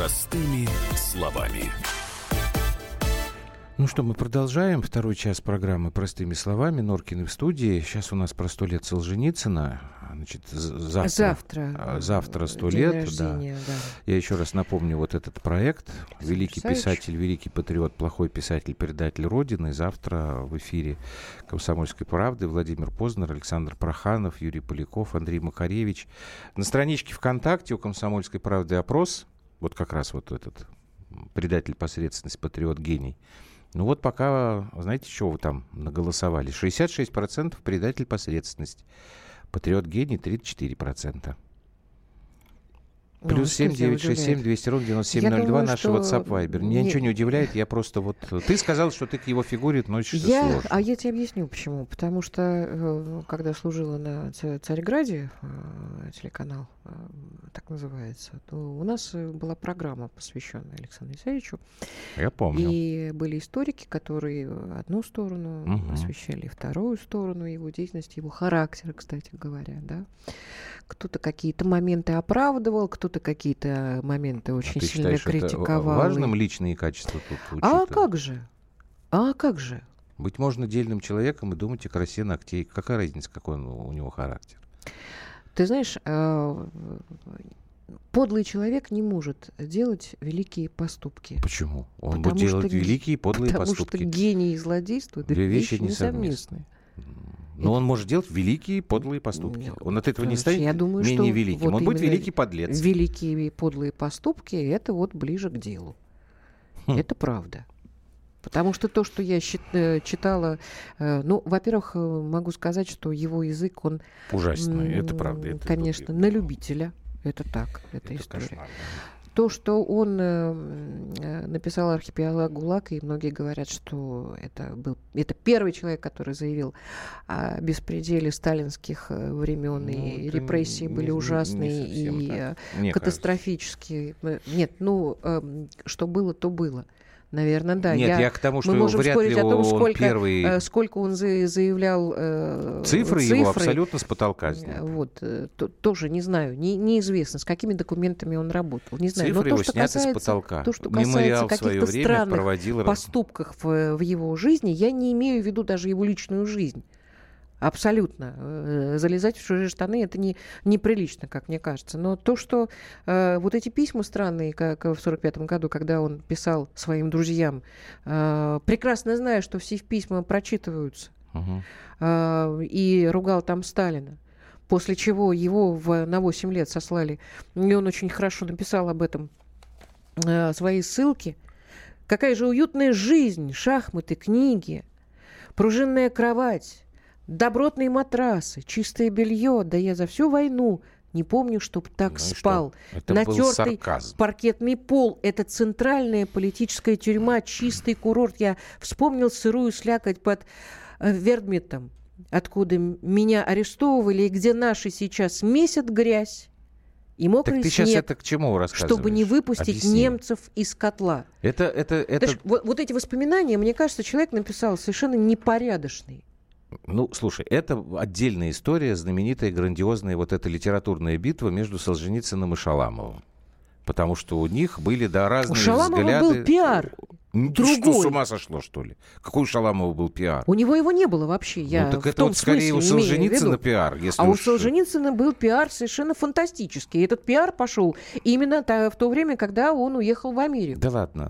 Простыми словами. Ну что, мы продолжаем. Второй час программы «Простыми словами». Норкины в студии. Сейчас у нас про 100 лет Солженицына. Значит, завтра 100 лет. Рождения, да. Я еще раз напомню вот этот проект. Великий писатель, великий патриот, плохой писатель, предатель Родины. Завтра в эфире «Комсомольской правды» Владимир Познер, Александр Проханов, Юрий Поляков, Андрей Макаревич. На страничке ВКонтакте у «Комсомольской правды» опрос. Вот как раз вот этот предатель, посредственность, патриот, гений. Ну вот пока, знаете, что вы там наголосовали? 66% предатель, посредственность. Патриот, гений 34%. Плюс 7-967 200 9702 наш WhatsApp Viber. Меня ничего не удивляет, я просто вот... Ты сказал, что ты к его фигуре относишься сложно. А я тебе объясню, почему. Потому что, когда служила на Царьграде, телеканал, так называется, то у нас была программа, посвященная Александру Исаевичу. Я помню. И были историки, которые одну сторону освещали, вторую сторону его деятельности, его характера, кстати говоря, да. Кто-то какие-то моменты оправдывал, кто-то какие-то моменты очень сильно критиковал. Это важным личные качества тут учитывать? А как же? Быть можно дельным человеком и думать о красе ногтей. Какая разница, какой у него характер? Ты знаешь, подлый человек не может делать великие поступки. Почему? Он будет делать великие подлые поступки. Потому что гений и злодейство — две вещи несовместные. Но он может делать великие подлые поступки. Он от этого не станет менее великим. Вот он будет великий подлец. Великие подлые поступки — это вот ближе к делу. Это правда. Потому что то, что я читала... во-первых, могу сказать, что его язык, он... Ужасный, это правда. Это конечно, на любителя. Это так, это история. Кошмар, да. То, что он написал «Архипелаг ГУЛАГ», и многие говорят, что это первый человек, который заявил о беспределе сталинских времен, и репрессии были ужасные и катастрофические. Нет, что было, то было. Наверное, да. Нет, я к тому, что мы можем вряд спорить ли о том, сколько он заявлял цифры его абсолютно с потолка сделали. Тоже не знаю, неизвестно, с какими документами он работал. Не знаю. Цифры но его сняты с потолка. То, что касается каких-то странных поступков в его жизни, я не имею в виду даже его личную жизнь. Абсолютно. Залезать в чужие штаны — это неприлично, как мне кажется. Но то, что вот эти письма странные, как в 1945 году, когда он писал своим друзьям, прекрасно зная, что все письма прочитываются, и ругал там Сталина, после чего его на 8 лет сослали, и он очень хорошо написал об этом свои ссылки. Какая же уютная жизнь, шахматы, книги, пружинная кровать, добротные матрасы, чистое белье. Да я за всю войну не помню, чтоб так спал. Натертый паркетный пол. Это центральная политическая тюрьма, чистый курорт. Я вспомнил сырую слякоть под Вердмитом, откуда меня арестовывали, и где наши сейчас месят грязь и мокрый снег, сейчас это к чему рассказываешь? Чтобы не выпустить немцев из котла. Вот эти воспоминания, мне кажется, человек написал совершенно непорядочный. Ну, слушай, это отдельная история, знаменитая, грандиозная вот эта литературная битва между Солженицыным и Шаламовым. Потому что у них были, разные взгляды. У Шаламова был пиар. Другой. Что, с ума сошло, что ли? Какой у Шаламова был пиар? У него его не было вообще. Так это вот скорее у Солженицына пиар. У Солженицына был пиар совершенно фантастический. И этот пиар пошел именно в то время, когда он уехал в Америку. Да ладно,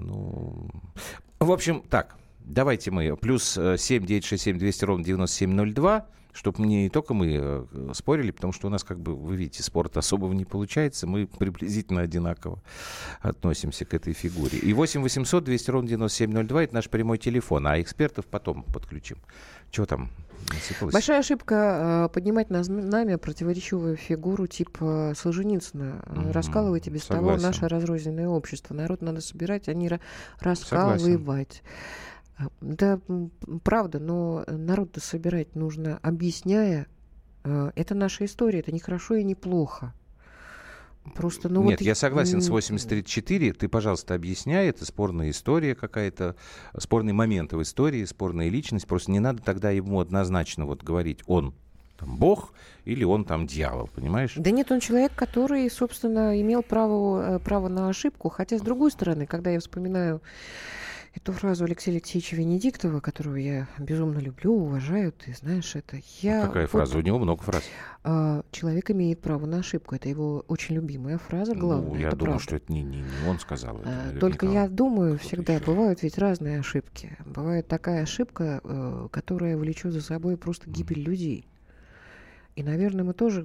В общем, так. Давайте мы плюс 7-967 200 9702, чтобы не только мы спорили, потому что у нас, вы видите, спорта особого не получается, мы приблизительно одинаково относимся к этой фигуре. И 8 800 200 9702 — это наш прямой телефон, а экспертов потом подключим. Чего там насыпалось? Большая ошибка поднимать на знамя противоречивую фигуру типа Солженицына. Раскалывать и без того наше разрозненное общество. Народ надо собирать, а не раскалывать. Да, правда, но народ-то собирать нужно, объясняя. Это наша история, это не хорошо и не плохо. Просто, Нет, я согласен с 8034. Ты, пожалуйста, объясняй. Это спорная история какая-то, спорные моменты в истории, спорная личность. Просто не надо тогда ему однозначно говорить «он». там бог или он там дьявол, понимаешь? Да нет, он человек, который, собственно, имел право на ошибку. Хотя, с другой стороны, когда я вспоминаю эту фразу Алексея Алексеевича Венедиктова, которого я безумно люблю, уважаю, ты знаешь это. Какая фраза? У него много фраз. Человек имеет право на ошибку. Это его очень любимая фраза, главное. Я это думаю, правда. что это не он сказал. Это Только я думаю, всегда еще. бывают ведь разные ошибки. Бывает такая ошибка, которая влечет за собой просто гибель людей. И, наверное, мы тоже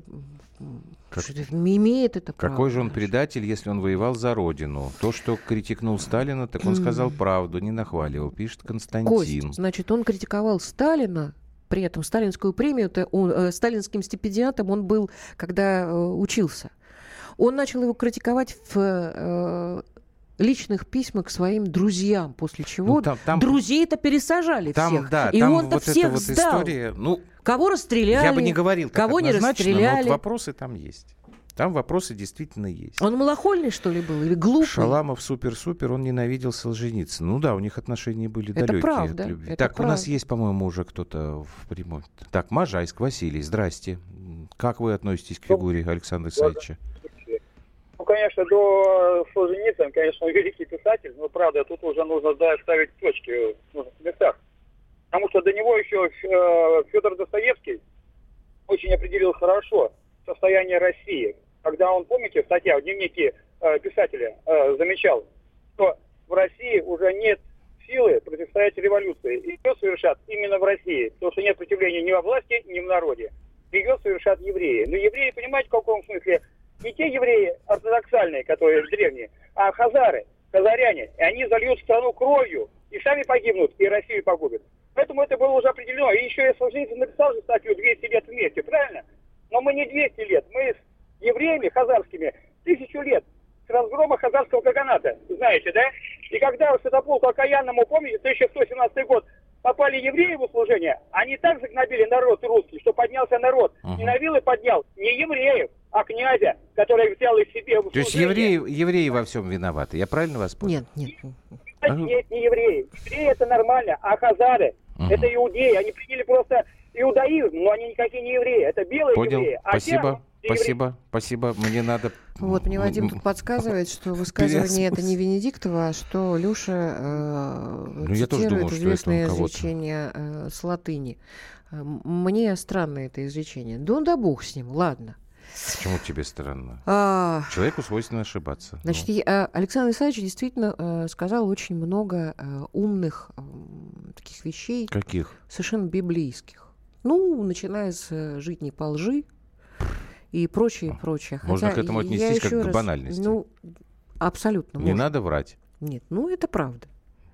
имеет это право. Какой же он предатель, если он воевал за родину? То, что критикнул Сталина, так он сказал правду, не нахваливал, пишет Константин. Кость, значит, он критиковал Сталина, при этом сталинскую премию, сталинским стипендиатом он был, когда учился. Он начал его критиковать в личных письмах к своим друзьям, после чего друзей-то пересажали всех. Да, и он-то вот всех вот сдал. История, кого расстреляли, я бы не говорил так кого не расстреляли. Но вот вопросы там есть. Там вопросы действительно есть. Он малохольный, что ли, был? Или глупый? Шаламов супер-супер, он ненавидел Солженицына. Ну да, у них отношения были далекие правда, от любви. это так, правда. У нас есть, по-моему, уже кто-то в прямом. Так, Можайск, Василий, здрасте. Как вы относитесь к фигуре Александра Исаевича? Ну, конечно, до Солженицына, конечно, он великий писатель, но, правда, тут уже нужно ставить точки в нужных местах. Потому что до него еще Федор Достоевский очень определил хорошо состояние России. Когда он, помните, статья в дневнике писателя замечал, что в России уже нет силы противостоять революции. Ее совершат именно в России, потому что нет противления ни во власти, ни в народе. Ее совершат евреи. Но евреи, понимаете, в каком смысле? Не те евреи ортодоксальные, которые древние, а хазары, хазаряне. И они зальют страну кровью, и сами погибнут, и Россию погубят. Поэтому это было уже определено. И еще я Солженицын написал же статью «200 лет вместе», правильно? Но мы не 200 лет, мы с евреями хазарскими 1000 лет с разгрома хазарского каганата, знаете, да? И когда в Святополку окаянному, помните, 1117 год, попали евреи в услужение, они так загнобили народ русский, что поднялся народ. И на вилы поднял не евреев, а князя, который взял их себе в услужение. То есть евреи во всем виноваты, я правильно вас понял? Нет. Нет, не евреи. Евреи это нормально, а хазары это иудеи. Они приняли просто иудаизм, но они никакие не евреи. Это белые евреи. Спасибо. Мне надо... Вот мне Вадим тут подсказывает, что высказывание это не Венедиктова, а что Леша цитирует известное изречение с латыни. Мне странно это изречение. Да бог с ним, ладно. Почему тебе странно? Человеку свойственно ошибаться. Значит, Александр Исаевич действительно сказал очень много умных таких вещей. Каких? Совершенно библейских. Начиная с «жить не по лжи» и прочее. Можно к этому отнестись как к банальности. Абсолютно. Не надо врать. Нет, это правда.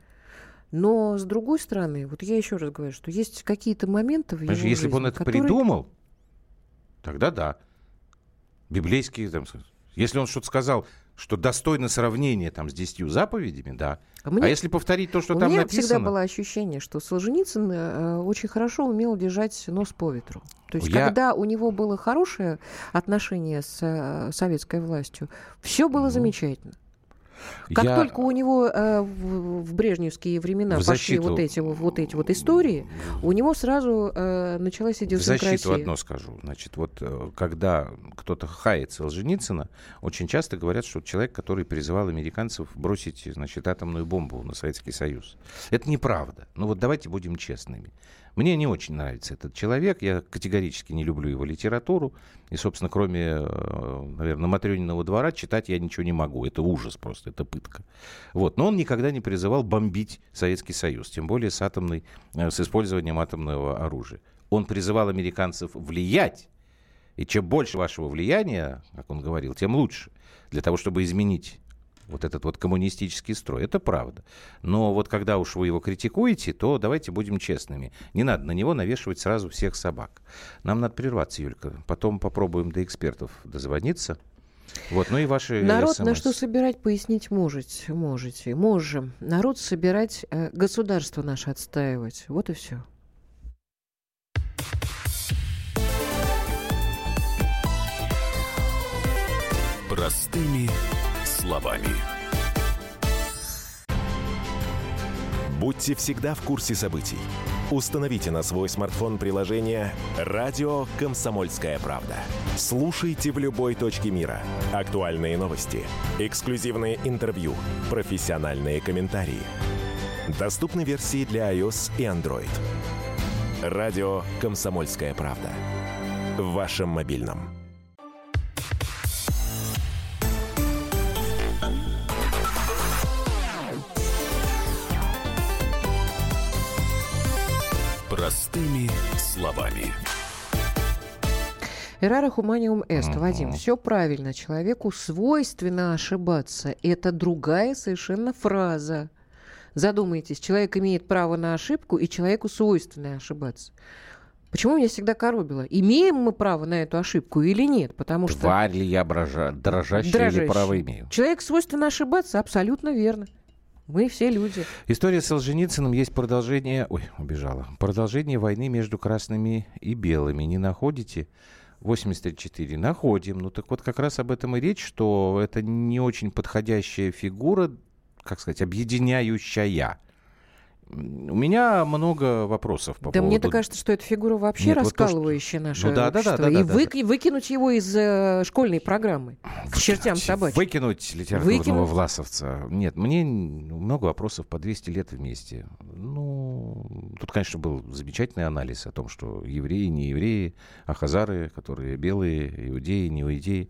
Но, с другой стороны, вот я еще раз говорю, что есть какие-то моменты в его жизни, если бы он это придумал, тогда да. Библейские, если он что-то сказал, что достойно сравнения с 10 заповедями, да. А если повторить то, что там написано... У меня всегда было ощущение, что Солженицын очень хорошо умел держать нос по ветру. То есть, когда у него было хорошее отношение с советской властью, все было замечательно. Как только у него в брежневские времена пошли вот эти истории, у него сразу началась идиосинкразия. В защиту одно скажу. Значит, когда кто-то хает Солженицына, очень часто говорят, что человек, который призывал американцев бросить, атомную бомбу на Советский Союз. Это неправда. Давайте будем честными. Мне не очень нравится этот человек. Я категорически не люблю его литературу. И, собственно, кроме, наверное, «Матрёниного двора» читать я ничего не могу. Это ужас просто, это пытка. Но он никогда не призывал бомбить Советский Союз, тем более с использованием атомного оружия. Он призывал американцев влиять. И чем больше вашего влияния, как он говорил, тем лучше. Для того, чтобы изменить этот коммунистический строй. Это правда. Но когда уж вы его критикуете, то давайте будем честными. Не надо на него навешивать сразу всех собак. Нам надо прерваться, Юлька. Потом попробуем до экспертов дозвониться. И ваши народ СМС. На что собирать, пояснить можете. Можем. Народ собирать, государство наше отстаивать. Вот и все. Простыми словами. Будьте всегда в курсе событий. Установите на свой смартфон приложение «Радио Комсомольская правда». Слушайте в любой точке мира. Актуальные новости, эксклюзивные интервью, профессиональные комментарии. Доступны версии для iOS и Android. «Радио Комсомольская правда». В вашем мобильном. Простыми словами. Errare humanium est. Вадим, все правильно. Человеку свойственно ошибаться. Это другая совершенно фраза. Задумайтесь, человек имеет право на ошибку, и человеку свойственно ошибаться. Почему меня всегда коробило? Имеем мы право на эту ошибку или нет? Потому что... Тварь ли я дрожащая или право имею? Человек свойственно ошибаться, абсолютно верно. Мы все люди. История с Солженицыным есть продолжение... Ой, убежала. Продолжение войны между красными и белыми. Не находите? 83-4. Находим. Ну так вот как раз об этом и речь, что это не очень подходящая фигура, как сказать, объединяющая. У меня много вопросов по поводу... Да мне-то кажется, что эта фигура вообще Нет, раскалывающая вот то, наше да, общество. да, И выкинуть его из школьной программы к чертям собачьим. Выкинуть литературного власовца. Нет, мне много вопросов по 200 лет вместе. Ну, тут, конечно, был замечательный анализ о том, что евреи, не евреи, а хазары, которые белые, иудеи, не иудеи.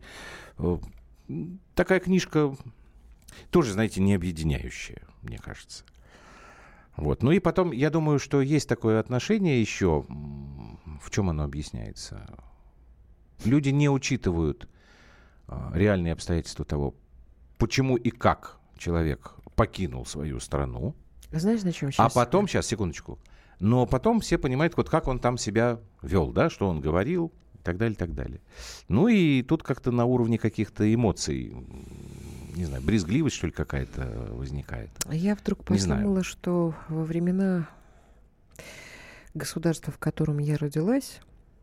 Такая книжка тоже, знаете, не объединяющая, мне кажется. Вот. Ну и потом, я думаю, что есть такое отношение еще. В чем оно объясняется? Люди не учитывают реальные обстоятельства того, почему и как человек покинул свою страну. Знаешь, на чем сейчас? А потом, сейчас, секундочку. Но потом все понимают, вот как он там себя вел, да, что он говорил, и так далее, и так далее. Ну и тут как-то на уровне каких-то эмоций, не знаю, брезгливость, что ли, какая-то возникает. Я вдруг подумала, что во времена государства, в котором я родилась,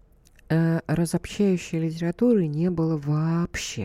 разобщающей литературы не было вообще.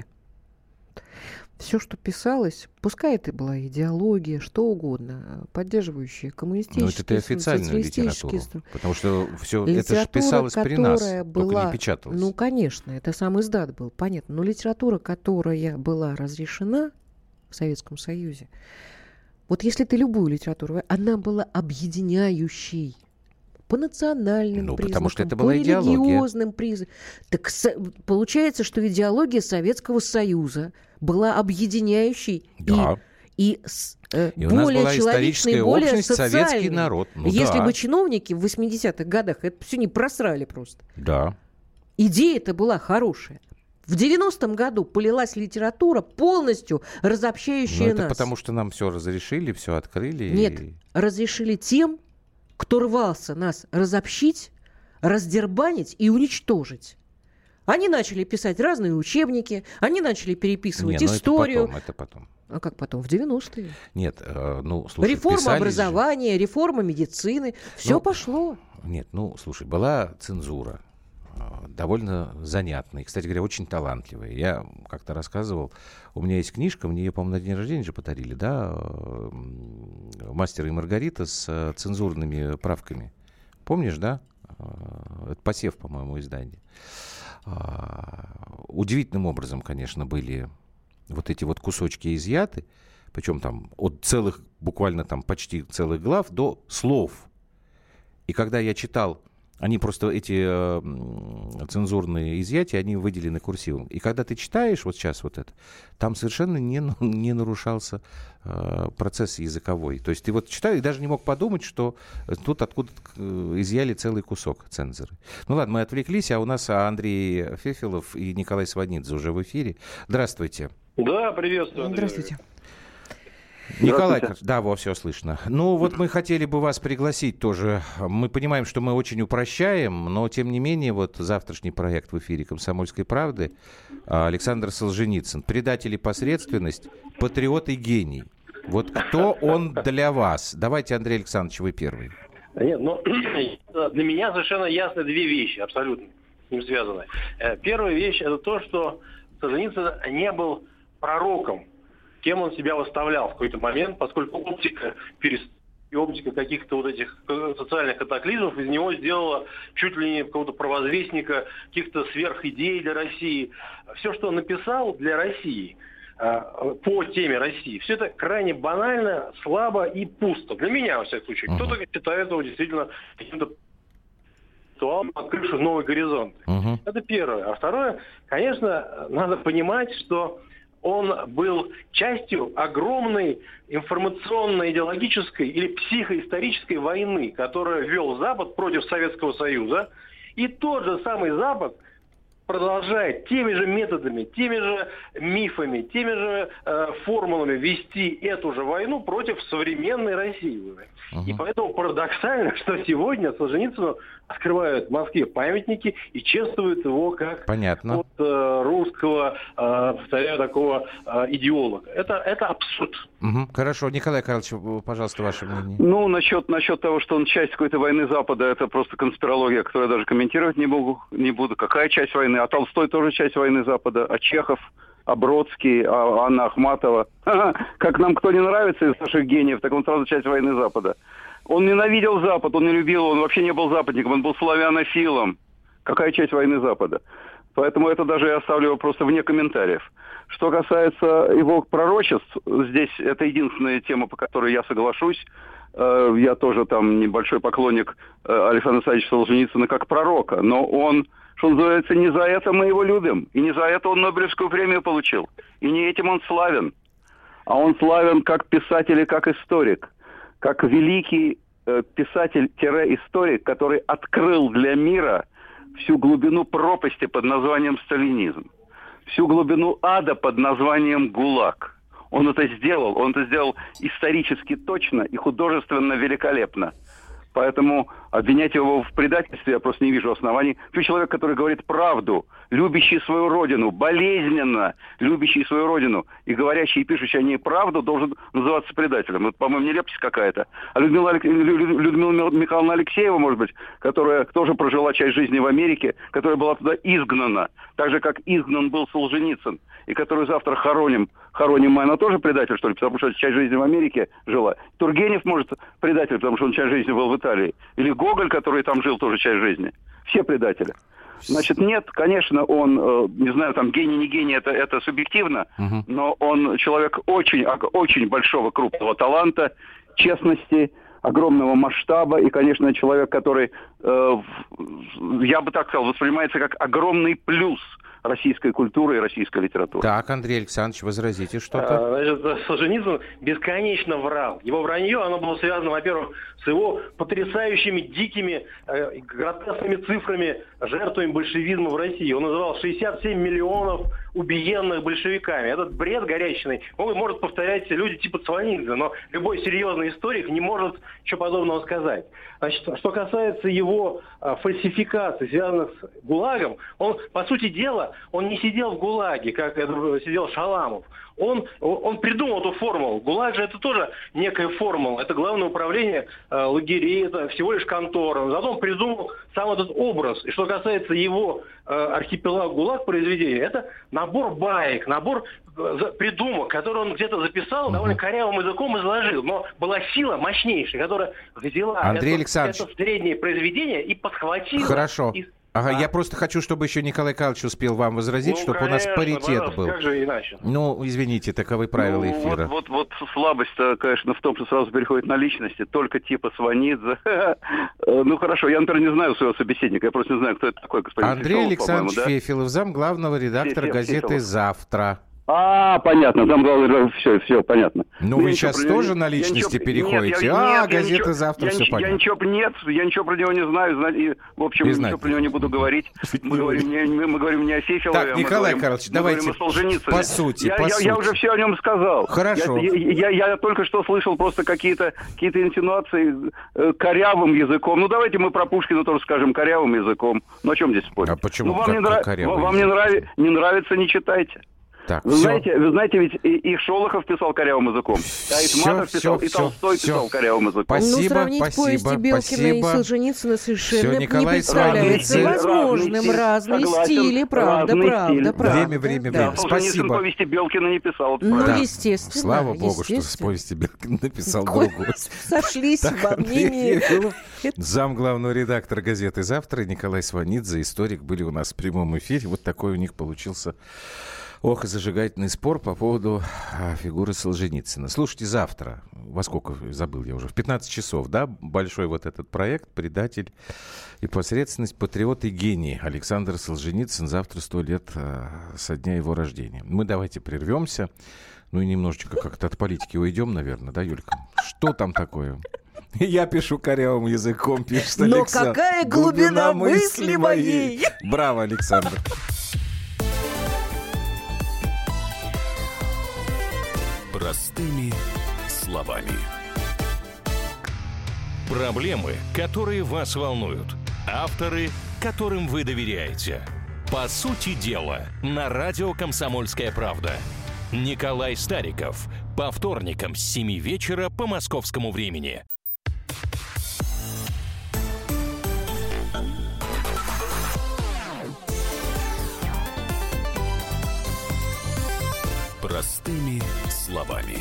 Все, что писалось, пускай это была идеология, что угодно, поддерживающая коммунистические, социалистические... Потому что все это же писалось при нас, была, только не печаталось. Ну, конечно, это сам издат был, понятно. Но литература, которая была разрешена в Советском Союзе, вот если ты любую литературу, она была объединяющей. По национальным признакам, потому что это по была религиозным признакам. Так получается, что идеология Советского Союза была объединяющей да. и более человечной, более социальной. Советский народ. Ну, если бы чиновники в 80-х годах это все не просрали просто. Да. Идея-то была хорошая. В 90-м году полилась литература, полностью разобщающая нас. Это потому что нам все разрешили, все открыли. Нет, разрешили тем, кто рвался нас разобщить, раздербанить и уничтожить. Они начали писать разные учебники, они начали переписывать историю. Это потом. А как потом? В 90-е? Нет, слушай, реформа образования, реформа медицины. Все пошло. Нет, слушай, была цензура. Довольно занятная. И, кстати говоря, очень талантливая. Я как-то рассказывал, у меня есть книжка, мне ее, по-моему, на день рождения же подарили, да, «Мастер и Маргарита» с цензурными правками. Помнишь, да? Это «Посев», по-моему, издание. Удивительным образом, конечно, были вот эти вот кусочки изъяты, причем там от целых, буквально там почти целых глав до слов. И когда я читал, они просто, эти цензурные изъятия, они выделены курсивом. И когда ты читаешь вот сейчас вот это, там совершенно не нарушался процесс языковой. То есть ты вот читаешь и даже не мог подумать, что тут откуда-то изъяли целый кусок цензоры. Ну ладно, мы отвлеклись, а у нас Андрей Фефелов и Николай Сванидзе уже в эфире. Здравствуйте. Да, приветствую. Здравствуйте. Николай, да, все слышно. Ну, вот мы хотели бы вас пригласить тоже. Мы понимаем, что мы очень упрощаем, но, тем не менее, вот завтрашний проект в эфире «Комсомольской правды» Александр Солженицын. Предатель и посредственность, патриот и гений. Вот кто он для вас? Давайте, Андрей Александрович, вы первый. Нет, для меня совершенно ясны две вещи, абсолютно с ним связаны. Первая вещь – это то, что Солженицын не был пророком, кем он себя выставлял в какой-то момент, поскольку оптика и оптика каких-то вот этих социальных катаклизмов из него сделала чуть ли не какого-то провозвестника каких-то сверхидей для России. Все, что он написал для России, по теме России, все это крайне банально, слабо и пусто. Для меня, во всяком случае. Кто-то считает его действительно каким-то ритуалом, открывшим новый горизонт. Это первое. А второе, конечно, надо понимать, что он был частью огромной информационно-идеологической или психоисторической войны, которую вел Запад против Советского Союза. И тот же самый Запад продолжает теми же методами, теми же мифами, теми же формулами вести эту же войну против современной России. И поэтому парадоксально, что сегодня Солженицыну открывают в Москве памятники и чествуют его как вот, русского, повторяю, такого идеолога. Это абсурд. Хорошо. Николай Карлович, пожалуйста, ваше мнение. Ну, насчет того, что он часть какой-то войны Запада, это просто конспирология, которую я даже комментировать не буду. Какая часть войны? А Толстой тоже часть войны Запада, а Чехов, а Бродский, а Анна Ахматова. Как нам кто не нравится из наших гениев, так он сразу часть войны Запада. Он ненавидел Запад, он не любил, он вообще не был западником, он был славянофилом. Какая часть войны Запада? Поэтому это даже я оставлю его просто вне комментариев. Что касается его пророчеств, здесь это единственная тема, по которой я соглашусь. Я тоже там небольшой поклонник Александра Александровича Солженицына как пророка, но он, что называется, не за это мы его любим, и не за это он Нобелевскую премию получил, и не этим он славен, а он славен как писатель и как историк, как великий писатель-историк, который открыл для мира всю глубину пропасти под названием сталинизм, всю глубину ада под названием ГУЛАГ. Он это сделал исторически точно и художественно великолепно. Поэтому обвинять его в предательстве я просто не вижу оснований. Человек, который говорит правду, любящий свою родину, болезненно любящий свою родину и говорящий и пишущий о ней правду, должен называться предателем. Это, по-моему, нелепость какая-то. А Людмила Михайловна Алексеева, может быть, которая тоже прожила часть жизни в Америке, которая была туда изгнана, так же, как изгнан был Солженицын, и которую завтра хороним мы, она тоже предатель, что ли, потому что часть жизни в Америке жила. Тургенев, может, предатель, потому что он часть жизни был в Италии. Или Гоголь, который там жил, тоже часть жизни. Все предатели. Значит, нет, конечно, он, не знаю, там, гений, не гений, это субъективно, но он человек очень большого, крупного таланта, честности, огромного масштаба, и, конечно, человек, который, я бы так сказал, воспринимается как огромный плюс российской культуры и российской литературы. Так, Андрей Александрович, возразите что-то. Значит, Солженицын бесконечно врал. Его вранье, оно было связано, во-первых, с его потрясающими, дикими, гротескными цифрами, жертвами большевизма в России. Он называл 67 миллионов убиенных большевиками. Этот бред горячный, он может повторять люди типа Цванидзе, но любой серьезный историк не может ничего подобного сказать. Значит, что касается его фальсификаций, связанных с ГУЛАГом, он, по сути дела, он не сидел в ГУЛАГе, как это сидел Шаламов. Он придумал эту формулу. ГУЛАГ же это тоже некая формула. Это главное управление лагерей, это всего лишь контора. Зато он придумал сам этот образ. И что касается его архипелаг ГУЛАГ произведения, это набор баек, набор придумок, которые он где-то записал, довольно корявым языком изложил. Но была сила мощнейшая, которая взяла это среднее произведение и подхватила. Хорошо. Ага, я просто хочу, чтобы еще Николай Карлович успел вам возразить, чтобы у нас паритет был. Как же иначе? Ну, извините, таковы правила эфира. Вот слабость-то, конечно, в том, что сразу переходит на личности, только типа Сванидзе. Ну, хорошо, я, например, не знаю своего собеседника, я просто не знаю, кто это такой, господин Андрей Александрович Фефелов, зам главного редактора газеты «Завтра». Понятно, там главное, все понятно. Ну, вы сейчас тоже на личности переходите? Газета «Завтра», все понятно. Я ничего про него не знаю, и, в общем, ничего про него не буду говорить. Мы говорим не о Фефелове, так, Николай Карлович, давайте по сути. Я уже все о нем сказал. Хорошо. Я только что слышал просто какие-то инсинуации корявым языком. Ну, давайте мы про Пушкина тоже скажем корявым языком. Ну, о чем здесь спорить? А почему вам не нравится, не читайте. Так, вы знаете, ведь и Шолохов писал корявым языком, а Итматов писал, и Толстой писал корявым языком. Спасибо, сравнить повести Белкина и Солженицына совершенно не представляется возможным. Разные стили, правда. Время. Да, Солженицын повести Белкина не писал. Ну, естественно. Слава богу, что с повести Белкина написал другую. Сошлись во мнении. Зам главного редактора газеты «Завтра» Николай Сванидзе, историк, были у нас в прямом эфире. Вот такой у них получился и зажигательный спор по поводу фигуры Солженицына. Слушайте, завтра, во сколько, забыл я уже, в 15 часов, да, большой вот этот проект «Предатель и посредственность, патриот и гений» Александр Солженицын. Завтра 100 лет со дня его рождения. Мы давайте прервемся, ну и немножечко как-то от политики уйдем, наверное, да, Юлька? Что там такое? Я пишу корявым языком, пишет Александр. Но какая глубина мысли моей! Браво, Александр. Простыми словами. Проблемы, которые вас волнуют. Авторы, которым вы доверяете. По сути дела, на радио «Комсомольская правда». Николай Стариков. По вторникам с 7 вечера по московскому времени. Простыми словами.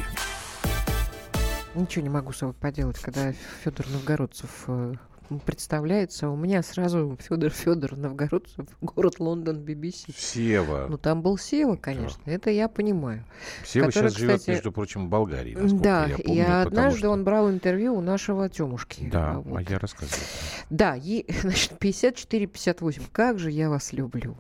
Ничего не могу с собой поделать, когда Федор Новгородцев представляется. У меня сразу Федор Новгородцев, город Лондон, BBC. Сева. Ну, там был Сева, конечно, это я понимаю. Сева который, сейчас живет, кстати, между прочим, в Болгарии, да, я помню. И однажды он брал интервью у нашего Тёмушки. Да, вот. Я рассказывал. Да, значит, 54-58. Как же я вас люблю.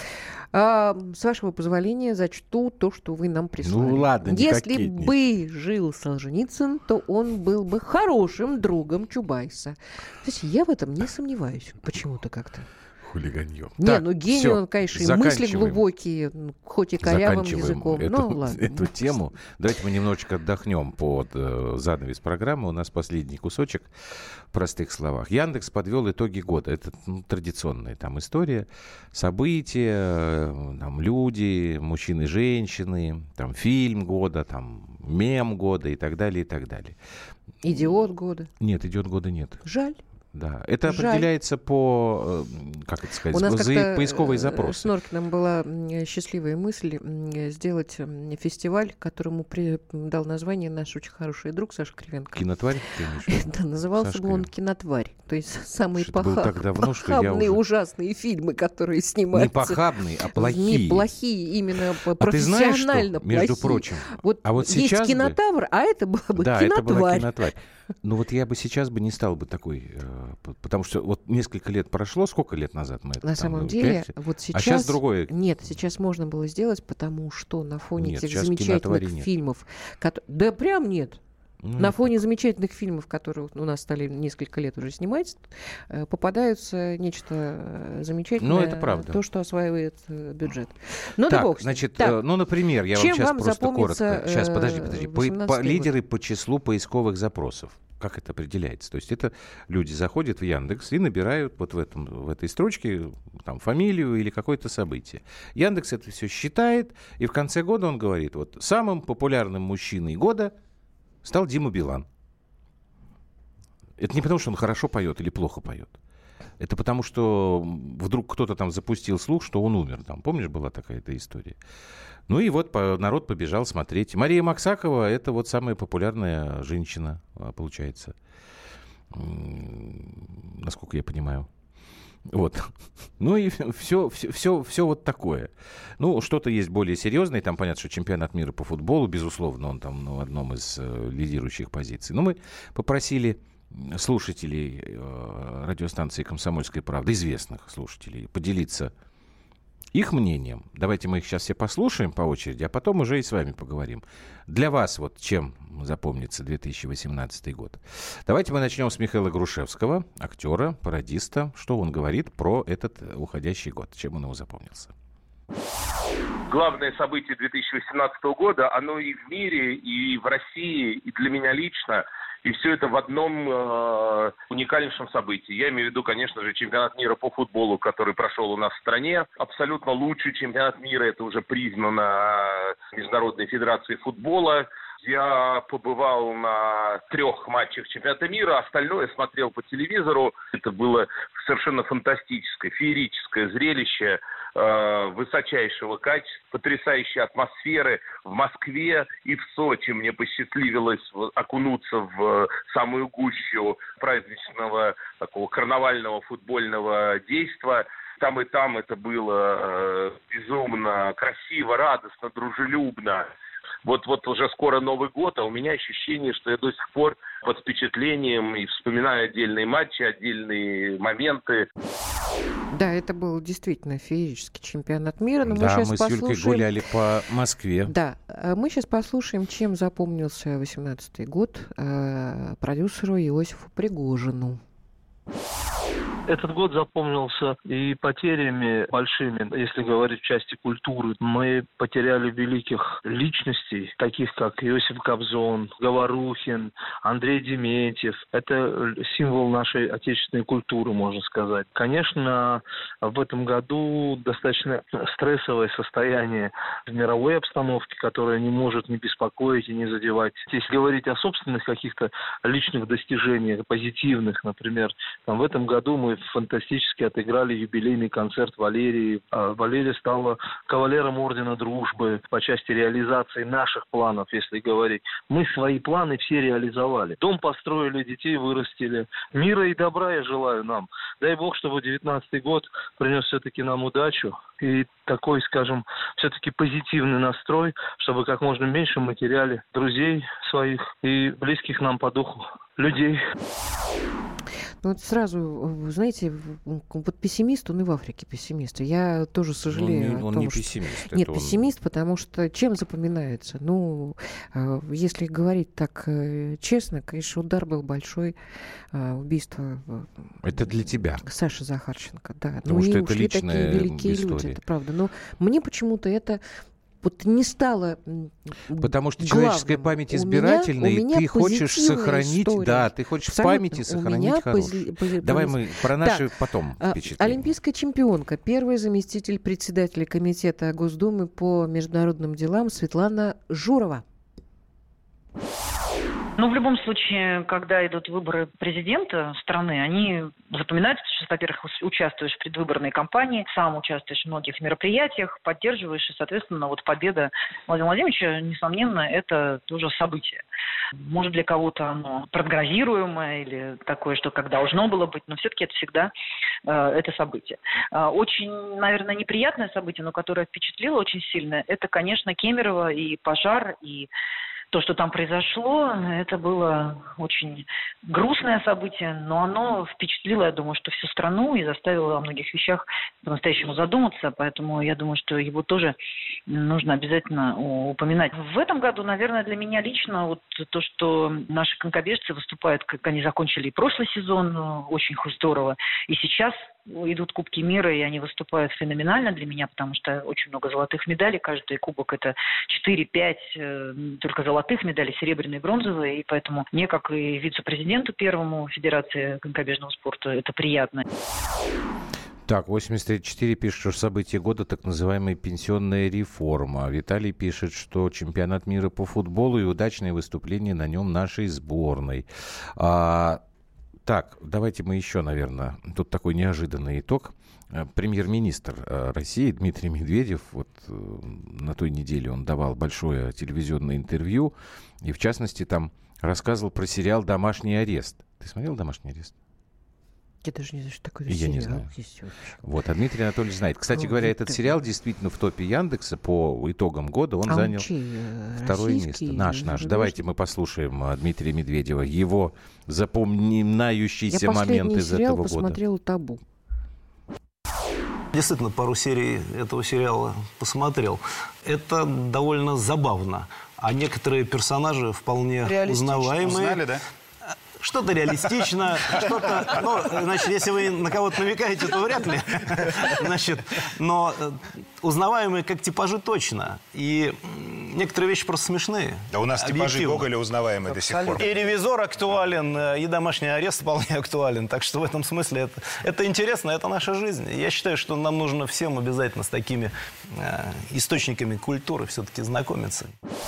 С вашего позволения зачту то, что вы нам прислали. Ну ладно, не Если кокетничай. бы жил Солженицын, то он был бы хорошим другом Чубайса. Кстати, я в этом не сомневаюсь. Почему-то как-то. Хулиганье. Не, Так, ну гений всё, он, конечно, и мысли глубокие, хоть и корявым языком. Эту тему. Давайте мы немножечко отдохнем под занавес программы. У нас последний кусочек в простых словах. Яндекс подвел итоги года. Это традиционная там история. События, там люди, мужчины, женщины, там фильм года, там мем года и так далее, и так далее. Идиот года. Нет, идиот года нет. Жаль. Да, это Жаль. определяется по, как это сказать, У нас за поисковые запросы. С Норкиным была счастливая мысль сделать фестиваль, которому дал название наш очень хороший друг Саша Кривенко. Кинотварь? Да, назывался бы он «Кинотварь». То есть самые похабные, ужасные фильмы, которые снимаются. Не похабные, а плохие. Не плохие, именно профессионально плохие. Плохие. Между прочим, вот есть «Кинотавр», а это была бы «Кинотварь». Да, это была «Кинотварь». Ну вот я бы сейчас бы не стал бы такой, потому что вот несколько лет прошло, сколько лет назад мы это на самом деле, 5? вот сейчас... А сейчас другое. Нет, сейчас можно было сделать, потому что на фоне этих замечательных фильмов... Да прям нет. На фоне замечательных фильмов, которые у нас стали несколько лет уже снимать, попадаются нечто замечательное. Ну, это правда. То, что осваивает бюджет. Ну, так, да бог. Значит, так. ну, например, я Чем вам сейчас вам просто коротко... Сейчас, подожди. Лидеры год? по числу поисковых запросов. Как это определяется? То есть это люди заходят в Яндекс и набирают вот в этой строчке там, фамилию или какое-то событие. Яндекс это все считает, и в конце года он говорит, вот самым популярным мужчиной года стал Дима Билан. Это не потому, что он хорошо поет или плохо поет. Это потому, что вдруг кто-то там запустил слух, что он умер. Там, помнишь, была такая-то история? Ну и вот народ побежал смотреть. Мария Максакова — это вот самая популярная женщина, получается. Насколько я понимаю. Вот. Ну и все вот такое. Ну, что-то есть более серьезное. Там понятно, что чемпионат мира по футболу, безусловно, он там в одном из лидирующих позиций. Но мы попросили слушателей радиостанции «Комсомольская правда», известных слушателей, поделиться их мнением. Давайте мы их сейчас все послушаем по очереди, а потом уже и с вами поговорим. Для вас вот чем запомнится 2018 год. Давайте мы начнем с Михаила Грушевского, актера, пародиста. Что он говорит про этот уходящий год? Чем он его запомнился? Главное событие 2018 года, оно и в мире, и в России, и для меня лично, И все это в одном уникальнейшем событии. Я имею в виду, конечно же, чемпионат мира по футболу, который прошел у нас в стране. Абсолютно лучший чемпионат мира. Это уже признано Международной федерацией футбола. Я побывал на 3 матчах чемпионата мира, остальное смотрел по телевизору. Это было совершенно фантастическое, феерическое зрелище высочайшего качества, потрясающей атмосферы в Москве и в Сочи. Мне посчастливилось окунуться в самую гущу праздничного такого карнавального футбольного действа. Там и там это было безумно красиво, радостно, дружелюбно. Вот уже скоро Новый год, а у меня ощущение, что я до сих пор под впечатлением и вспоминаю отдельные матчи, отдельные моменты. Да, это был действительно феерический чемпионат мира. Но да, мы с Юлькой гуляли по Москве. Да, мы сейчас послушаем, чем запомнился 18-й год продюсеру Иосифу Пригожину. Этот год запомнился и потерями большими, если говорить в части культуры. Мы потеряли великих личностей, таких как Иосиф Кобзон, Говорухин, Андрей Дементьев. Это символ нашей отечественной культуры, можно сказать. Конечно, в этом году достаточно стрессовое состояние в мировой обстановке, которое не может не беспокоить и не задевать. Если говорить о собственных каких-то личных достижениях, позитивных, например, в этом году мы фантастически отыграли юбилейный концерт Валерии. Валерия стала кавалером Ордена Дружбы по части реализации наших планов, если говорить. Мы свои планы все реализовали. Дом построили, детей вырастили. Мира и добра я желаю нам. Дай Бог, чтобы 19-й год принес все-таки нам удачу и такой, скажем, все-таки позитивный настрой, чтобы как можно меньше мы теряли друзей своих и близких нам по духу людей. Ну, вот сразу, знаете, вот пессимист, он и в Африке пессимист. Я тоже сожалею он о том, не что... пессимист. Нет, пессимист, потому что чем запоминается? Ну, если говорить так честно, конечно, удар был большой, убийство... Это для тебя. Саши Захарченко, да. Потому что это ушли такие великие история. люди, это правда. Но мне почему-то это... Вот не стало потому что главным. человеческая память избирательна, и ты хочешь сохранить... история. Да, ты хочешь Абсолютно. в памяти сохранить хорошее. Давай мы про наши потом впечатления. Олимпийская чемпионка, первый заместитель председателя комитета Госдумы по международным делам Светлана Журова. Ну, в любом случае, когда идут выборы президента страны, они запоминаются, потому что, во-первых, участвуешь в предвыборной кампании, сам участвуешь в многих мероприятиях, поддерживаешь, и, соответственно, вот победа Владимира Владимировича, несомненно, это тоже событие. Может, для кого-то оно прогнозируемое или такое, что как должно было быть, но все-таки это всегда это событие. Очень, наверное, неприятное событие, но которое впечатлило очень сильно, это, конечно, Кемерово и пожар, и то, что там произошло, это было очень грустное событие, но оно впечатлило, я думаю, что всю страну и заставило о многих вещах по-настоящему задуматься, поэтому я думаю, что его тоже нужно обязательно упоминать. В этом году, наверное, для меня лично вот то, что наши конькобежцы выступают, как они закончили и прошлый сезон, очень здорово, и сейчас идут Кубки мира, и они выступают феноменально для меня, потому что очень много золотых медалей. Каждый кубок это 4-5 только золотых медалей, серебряные, бронзовые. И поэтому мне, как и вице-президенту первому Федерации конькобежного спорта, это приятно. Так, 8034 пишет, что событие года так называемая пенсионная реформа. Виталий пишет, что чемпионат мира по футболу и удачное выступление на нем нашей сборной. Так, давайте мы еще, наверное, тут такой неожиданный итог. Премьер-министр России Дмитрий Медведев, вот на той неделе он давал большое телевизионное интервью, и в частности там рассказывал про сериал «Домашний арест». Ты смотрел «Домашний арест»? Я даже не знаю, что такое сериал. Я не знаю. Вот, а Дмитрий Анатольевич знает. Кстати говоря, этот сериал действительно в топе Яндекса по итогам года он занял второе место. Наш. Давайте мы послушаем Дмитрия Медведева, его запоминающиеся моменты из этого года. Я посмотрела «Табу». Действительно, пару серий этого сериала посмотрел. Это довольно забавно. А некоторые персонажи вполне узнаваемые. Узнали, да? Что-то реалистично, что-то... Ну, значит, если вы на кого-то намекаете, то вряд ли. Значит, но узнаваемые как типажи точно. И некоторые вещи просто смешные. Да у нас типажи Гоголя узнаваемы до сих пор. И «Ревизор» актуален, и «Домашний арест» вполне актуален. Так что в этом смысле это интересно, это наша жизнь. Я считаю, что нам нужно всем обязательно с такими источниками культуры все-таки знакомиться.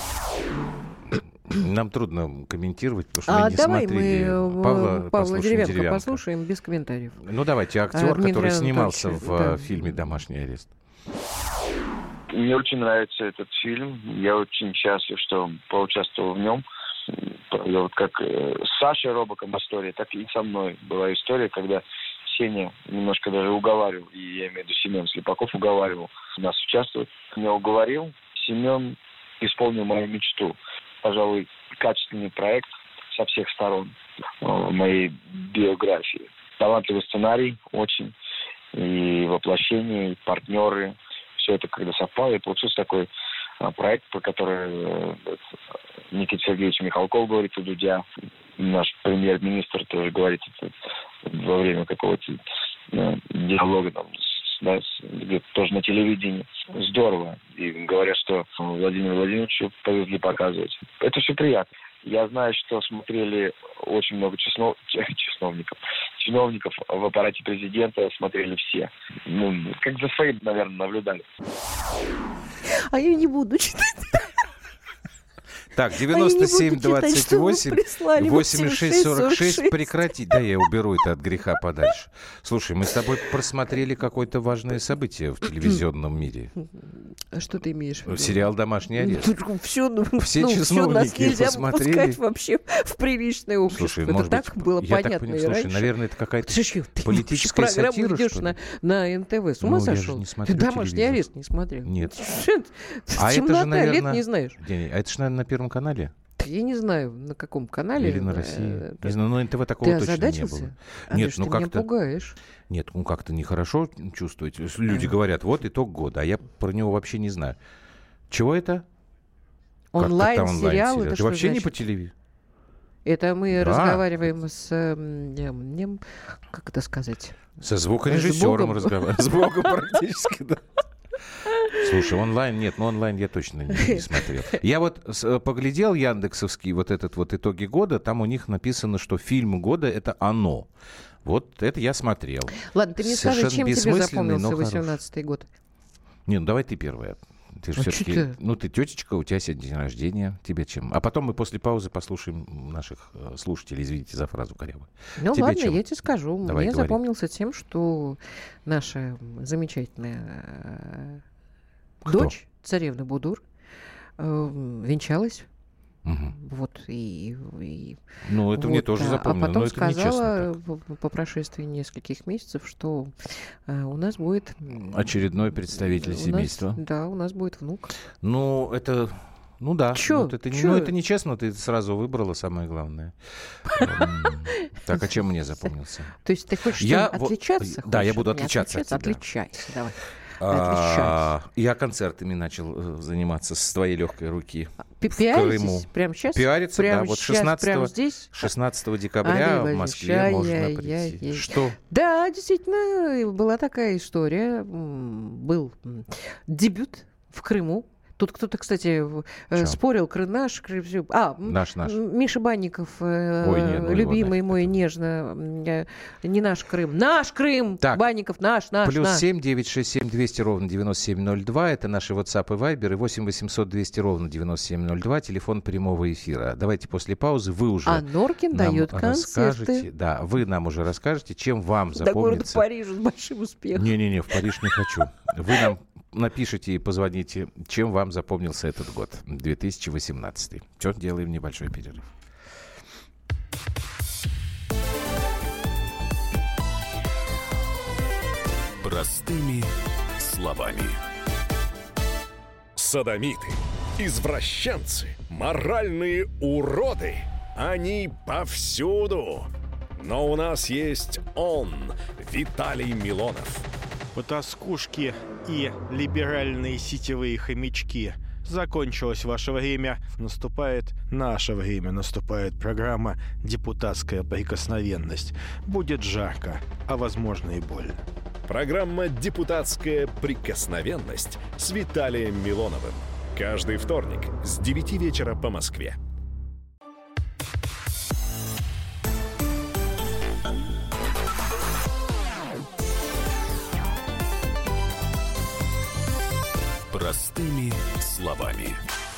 Нам трудно комментировать, потому что мы не смотрели Павла Деревянко послушаем без комментариев. Ну, давайте, актер, который снимался в фильме «Домашний арест». Мне очень нравится этот фильм. Я очень счастлив, что поучаствовал в нем. Вот как с Сашей Робоком история, так и со мной была история, когда Сеня немножко даже уговаривал, и я имею в виду Семен Слепаков уговаривал нас участвовать. Меня уговорил. Семен исполнил мою мечту. Пожалуй, качественный проект со всех сторон моей биографии. Талантливый сценарий очень, и воплощение, и партнеры. Все это когда совпало, и получился такой проект, про который Никита Сергеевич Михалков говорит у Дудя. Наш премьер-министр тоже говорит это во время какого-то диалога там, где-то тоже на телевидении. Здорово. И говорят, что Владимиру Владимировичу повезли показывать. Это все приятно. Я знаю, что смотрели очень много чиновников в аппарате президента, смотрели все. Ну, как за своим, наверное, наблюдали. А я не буду читать. Так, 97-28, 86-46, прекратить. Да, я уберу это от греха подальше. Слушай, мы с тобой просмотрели какое-то важное событие в телевизионном мире. А что ты имеешь в виду? Сериал «Домашний арест». Все чиновники нельзя посмотрели. Выпускать вообще в приличное общество. Слушай, это может так быть, было я понятно так понимаю, и слушай, раньше. наверное, это какая-то политическая сатира, что ли? Ты идешь на НТВ, с ума сошел? Ты «Домашний арест» не смотрел? Нет. А это же, наверное... лет не знаешь. А это же, наверное, на Первом канале? Я не знаю, на каком канале. Или на России. Не знаю, но НТВ такого точно не было. Нет, ну как-то... Ты меня пугаешь. Нет, ну как-то нехорошо чувствовать. Люди говорят, вот итог года, а я про него вообще не знаю. Чего это? Онлайн-сериал? Ты вообще не по телевизору? Это мы разговариваем с... Как это сказать? Со звукорежиссером разговариваем. С Богом практически, да. Слушай, онлайн нет, но онлайн я точно не смотрел. Я вот поглядел яндексовский вот этот вот итоги года, там у них написано, что фильм года — это «Оно». Вот это я смотрел. Ладно, ты мне скажи, чем тебе запомнился 18-й год? Не, ну давай ты первая. Ты же все-таки, ты тетечка, у тебя сегодня день рождения, тебе чем? А потом мы после паузы послушаем наших слушателей, извините за фразу корявую. Ну тебе ладно, чем? я тебе скажу. Давай, мне говори. Запомнился тем, что наша замечательная дочь, царевна Будур, венчалась. Угу. Вот, ну, это вот, мне тоже запомнилось. А потом но сказала по прошествии нескольких месяцев, что у нас будет... Очередной представитель семейства. Да, у нас будет внук. Ну, это... Ну да. Чё? Это нечестно, ты сразу выбрала самое главное. Так, а чем мне запомнился? То есть ты хочешь отличаться? Да, я буду отличаться от тебя. Отличайся, давай. Я концертами начал заниматься с твоей легкой руки в Крыму. Прямо сейчас? Пиариться, да. Вот 16 декабря в Москве можно прийти. Что? Да, действительно, была такая история. Был дебют в Крыму. Тут кто-то, кстати, спорил, наш. Миша Банников, любимый мой, нежно, не наш Крым. Наш Крым! Так, Банников, наш. Плюс 7 967 200 ровно 9702. Это наши WhatsApp и Viber. И 8 800 200 ровно 9702. Телефон прямого эфира. Давайте после паузы вы уже А Норкин дает концерты. Да, вы нам уже расскажете, чем вам запомнится. До города Парижа с большим успехом. Не-не-не, в Париж не хочу. Вы нам напишите и позвоните, чем вам запомнился этот год, 2018. Все, делаем небольшой перерыв. Простыми словами. Содомиты, извращенцы, моральные уроды. Они повсюду. Но у нас есть он, Виталий Милонов. Потаскушки и либеральные сетевые хомячки. Закончилось ваше время, наступает наше время, наступает программа «Депутатская прикосновенность». Будет жарко, а возможно и больно. Программа «Депутатская прикосновенность» с Виталием Милоновым. Каждый вторник с 9 вечера по Москве. Простыми словами.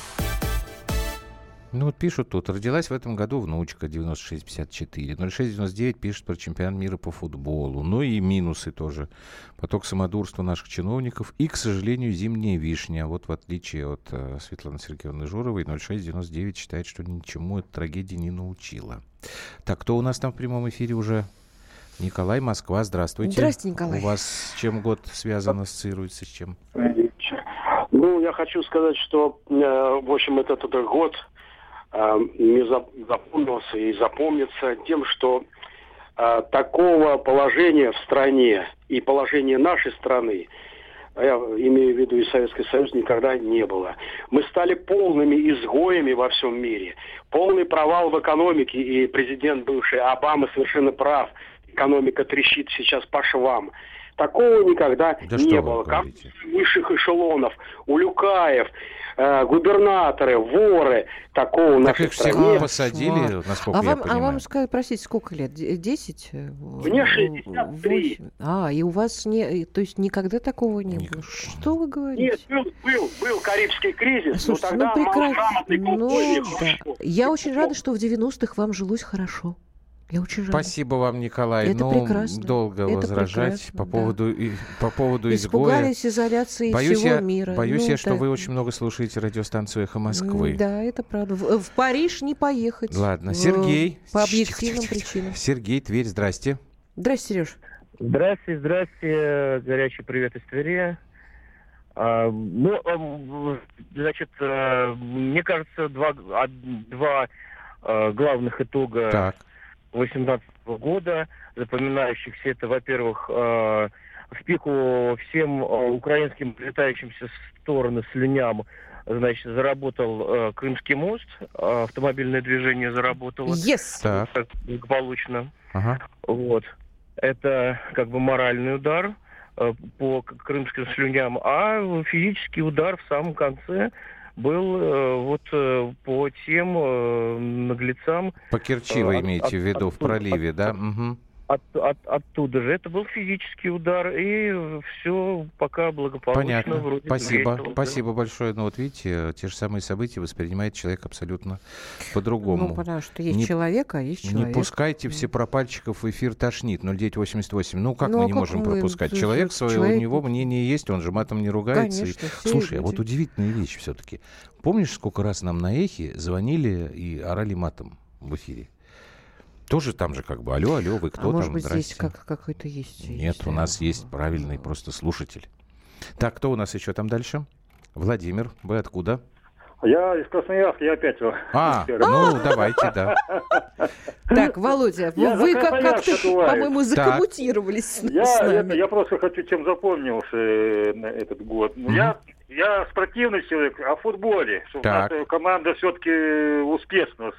Ну вот пишут тут, родилась в этом году внучка 9654. 0699 пишет про чемпионат мира по футболу. Ну и минусы тоже. Поток самодурства наших чиновников и, к сожалению, зимняя вишня. Вот в отличие от Светланы Сергеевны Журовой, 0699 считает, что ничему эта трагедия не научила. Так, кто у нас там в прямом эфире уже? Николай, Москва, здравствуйте. Здравствуйте, Николай. У вас с чем год связан, ассоциируется с чем? Ну, я хочу сказать, что, в общем, этот год мне запомнился и запомнится тем, что такого положения в стране и положения нашей страны, я имею в виду и Советский Союз, никогда не было. Мы стали полными изгоями во всем мире. Полный провал в экономике, и президент бывший Обама совершенно прав. Экономика трещит сейчас по швам. Такого никогда не было. Высших эшелонов, Улюкаев, губернаторы, воры, такого в нашей стране. Так их всех посадили, насколько я понимаю. А вам, простите, сколько лет? 10? Мне 63. И у вас то есть никогда такого не было? Что вы говорите? Нет, был Карибский кризис, слушайте, но тогда малограмотный полковник. Я очень рада, что в 90-х вам жилось хорошо. Я очень рада. Спасибо вам, Николай. Это прекрасно. Долго это возражать по поводу изгоя. Испугались изоляции всего мира. Боюсь я, что вы очень много слушаете радиостанцию «Эхо Москвы». Да, это правда. В Париж не поехать. Ладно, Сергей. По объективным причинам. Сергей, Тверь, здрасте. Здрасте, Сереж. Здрасте. Горячий привет из Твери. Мне кажется, два главных итога 2018 года, запоминающихся, это, во-первых, в пику всем украинским прилетающимся в стороны слюням, значит, заработал Крымский мост, автомобильное движение заработало благополучно. Вот. Это как бы моральный удар по крымским слюням, а физический удар в самом конце был по тем наглецам. По Керчи вы имеете в виду, в проливе, да? Оттуда же. Это был физический удар, и все пока благополучно. Понятно. Вроде Спасибо большое. Но вот видите, те же самые события воспринимает человек абсолютно по-другому. Ну, потому что есть человек, а есть человек. Не пускайте все пропальчиков в эфир, тошнит. 0988. Ну, как мы не можем пропускать? Человек свое, у него мнение есть, он же матом не ругается. Конечно, Слушай, а вот удивительная вещь все-таки. Помнишь, сколько раз нам на Эхе звонили и орали матом в эфире? Тоже там же как бы, алло, вы кто там? Может быть, здесь какой-то есть? Нет, у нас есть правильный просто слушатель. Так, кто у нас еще там дальше? Владимир, вы откуда? Я из Красноярска, я опять... Давайте, да. Так, Володя, вы как-то, по-моему, закоммутировались с нами. Я просто хочу, чем запомнился этот год. Я спортивный человек, о футболе. Наша команда все-таки успешно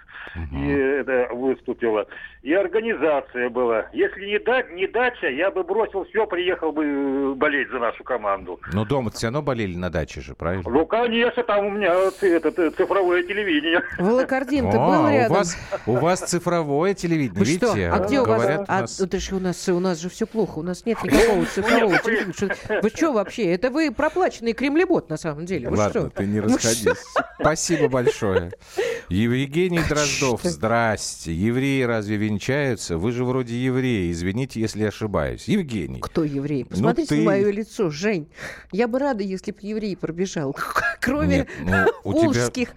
выступила. И организация была. Если не дача, я бы бросил все, приехал бы болеть за нашу команду. Но дома все равно болели на даче же, правильно? Ну, конечно, там у меня цифровое телевидение. Волокордин, ты был рядом? У вас цифровое телевидение, видите? Что? А где у вас? У нас же все плохо, у нас нет никакого цифрового телевидения. Вы что вообще? Это вы проплаченный кремлебот на самом деле. Ладно, ты не расходись. Спасибо большое. Евгений Дроздов, здрасте. Евреи разве венчаются? Вы же вроде евреи. Извините, если ошибаюсь. Евгений. Кто еврей? Посмотрите на мое лицо, Жень. Я бы рада, если бы еврей пробежал. Кроме волжских...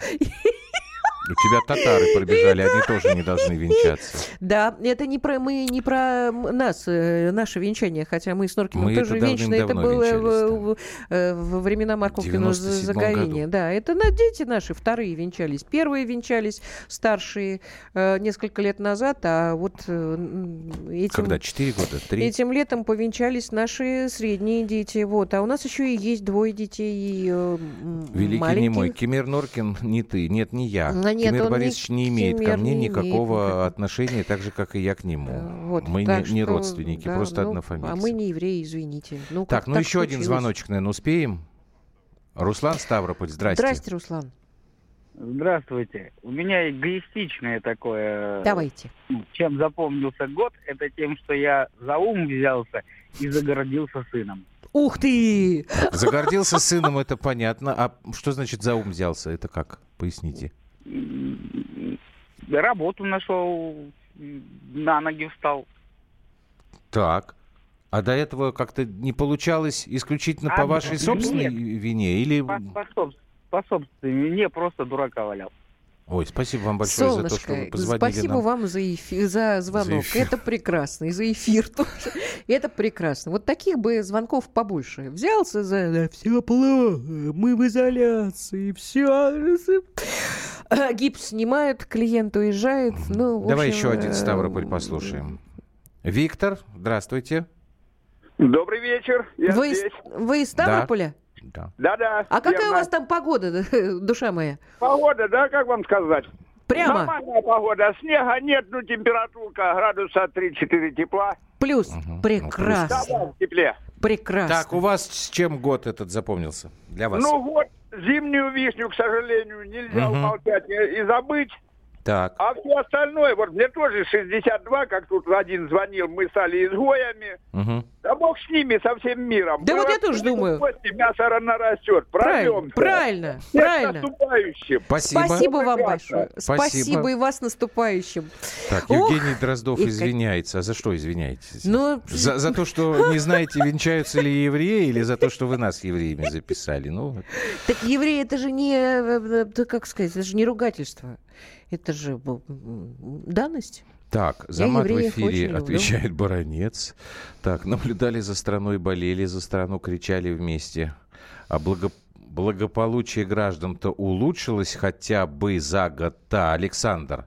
У тебя татары пробежали, они тоже не должны венчаться. Да, это не про нас, наше венчание, хотя мы с Норкиным тоже венчаны. Это было во времена Марковкина Заговения. Да, это дети наши вторые венчались. Первые венчались старшие несколько лет назад, а вот этим... Когда? 4 года? 3? Этим летом повенчались наши средние дети. Вот. А у нас еще и есть 2 детей Великий маленьких. немой. Кемер Норкин не ты, нет, не я. Кемер Борисович не имеет ко мне никакого отношения, так же, как и я к нему. Вот, мы не родственники, да, просто одна фамилия. А мы не евреи, извините. Так, еще один звоночек, наверное, успеем? Руслан, Ставрополь, здрасте. Здрасте, Руслан. Здравствуйте. У меня эгоистичное такое... Давайте. Чем запомнился год, это тем, что я за ум взялся и загордился сыном. Ух ты! Загордился сыном, это понятно. А что значит за ум взялся? Это как? Поясните. Работу нашел, на ноги встал. Так. А до этого как-то не получалось исключительно по вашей собственной вине? Или... По собственной вине, просто дурака валял. Ой, спасибо вам большое Солнышко, за то, что вы позвонили спасибо нам. вам за звонок. Это прекрасно. И за эфир тоже. Это прекрасно. Вот таких бы звонков побольше. Взялся за все плохо, мы в изоляции, все. Гипс снимают, клиент уезжает. Ну, Давай общем, еще один Ставрополь послушаем. Виктор, здравствуйте. Добрый вечер. Вы из Ставрополя? Да. А какая у вас там погода, душа моя? Погода, да, как вам сказать? Прямо? Нормальная погода. Снега нет, ну температурка градуса 3-4 тепла. Плюс. Прекрасно. Да, в тепле. Прекрасно. Так, у вас с чем год этот запомнился для вас? Ну вот, зимнюю вишню, к сожалению, нельзя умолчать и забыть. Так. А все остальное, вот мне тоже 62, как тут один звонил, мы стали изгоями. Да бог с ними, со всем миром. Да вот я тоже думаю. Мясо рано растет. Правильно. Наступающим. Спасибо вам большое. Спасибо и вас наступающим. Так, Евгений Дроздов извиняется. А за что извиняетесь? За то, что не знаете, венчаются ли евреи, или за то, что вы нас евреями записали? Так евреи, это же не, как сказать, это же не ругательство. Это же данность. Так, за мат в эфире отвечает Баранец. Так, наблюдали за страной, болели за страну, кричали вместе. А благополучие граждан-то улучшилось хотя бы за год-то, Александр.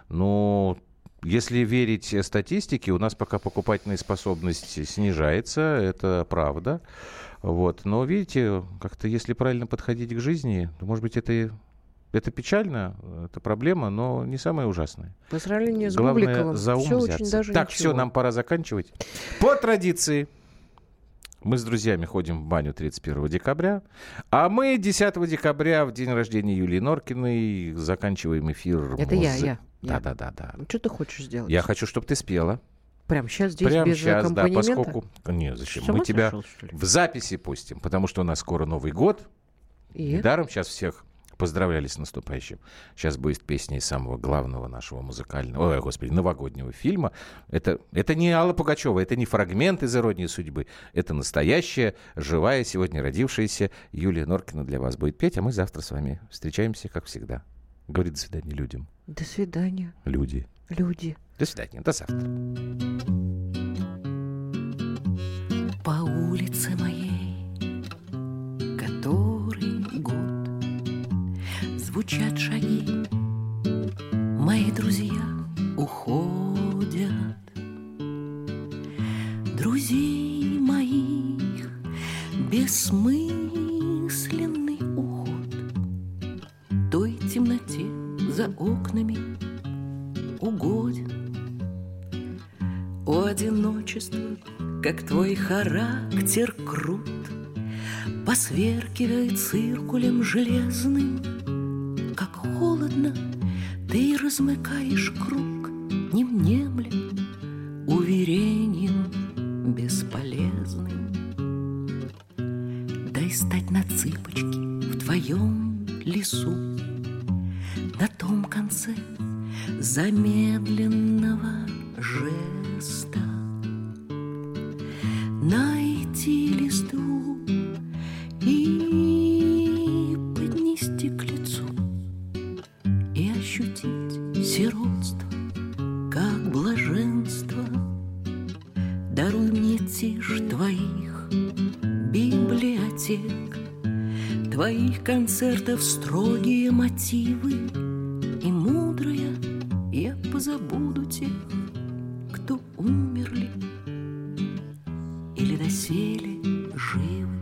Если верить статистике, у нас пока покупательная способность снижается, это правда. Но видите, как-то если правильно подходить к жизни, то, может быть, это печально, это проблема, но не самая ужасная. По сравнению с Главное, Бубликовым, за ум все взяться. очень даже Так, ничего. все, нам пора заканчивать. По традиции. Мы с друзьями ходим в баню 31 декабря, а мы 10 декабря, в день рождения Юлии Норкиной, заканчиваем эфир. Это я. Да. Что ты хочешь сделать? Я хочу, чтобы ты спела. Прямо сейчас здесь Прямо без сейчас, аккомпанемента? да, поскольку... Нет, зачем? С ума Мы тебя сошел, что ли? в записи пустим, потому что у нас скоро Новый год. И? Недаром сейчас всех поздравляли с наступающим. Сейчас будет песня из самого главного нашего новогоднего фильма. Это не Алла Пугачева, это не фрагмент из «Иронии судьбы». Это настоящая, живая, сегодня родившаяся Юлия Норкина для вас будет петь, а мы завтра с вами встречаемся, как всегда. Говорит до свидания людям. До свидания. Люди. До свидания, до завтра. По улице моей, который год, звучат шаги, мои друзья уходят. Друзей моих бессмысленный уход той темноте за окнами угоден. О, одиночество, как твой характер крут, посверкивает циркулем железным. Как холодно ты размыкаешь круг, не внемля уверением бесполезным. Дай стать на цыпочки в твоем лесу, на том конце замедленного жеста. Найти листву и поднести к лицу, и ощутить сиротство, как блаженство. Даруй мне тишь твоих библиотек, твоих концертов строгие мотивы, и мудрая я позабуду тех, кто умерли или доселе живы.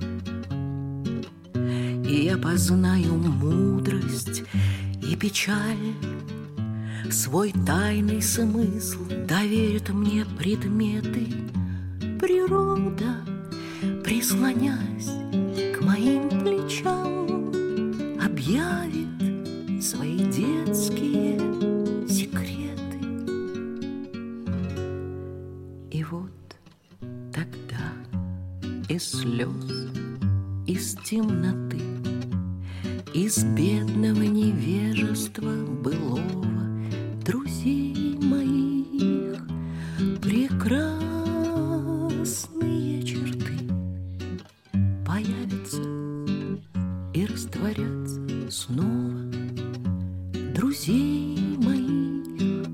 И я познаю мудрость и печаль, свой тайный смысл доверят мне предметы. Природа, прислонясь к моим плечам, объявит свои детские секреты. И вот тогда из слез, из темноты, из бедного невежества былого друзей моих прекрасные черты появятся и растворятся снова. Друзей моих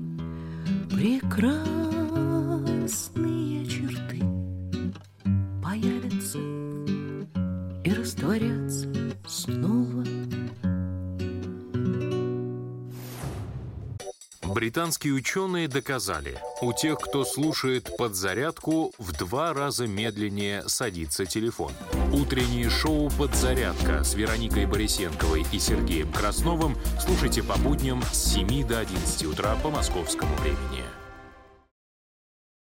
прекрасные черты появятся и растворятся снова. Британские ученые доказали, у тех, кто слушает «Подзарядку», в 2 раза медленнее садится телефон. Утреннее шоу «Подзарядка» с Вероникой Борисенковой и Сергеем Красновым слушайте по будням с 7 до 11 утра по московскому времени.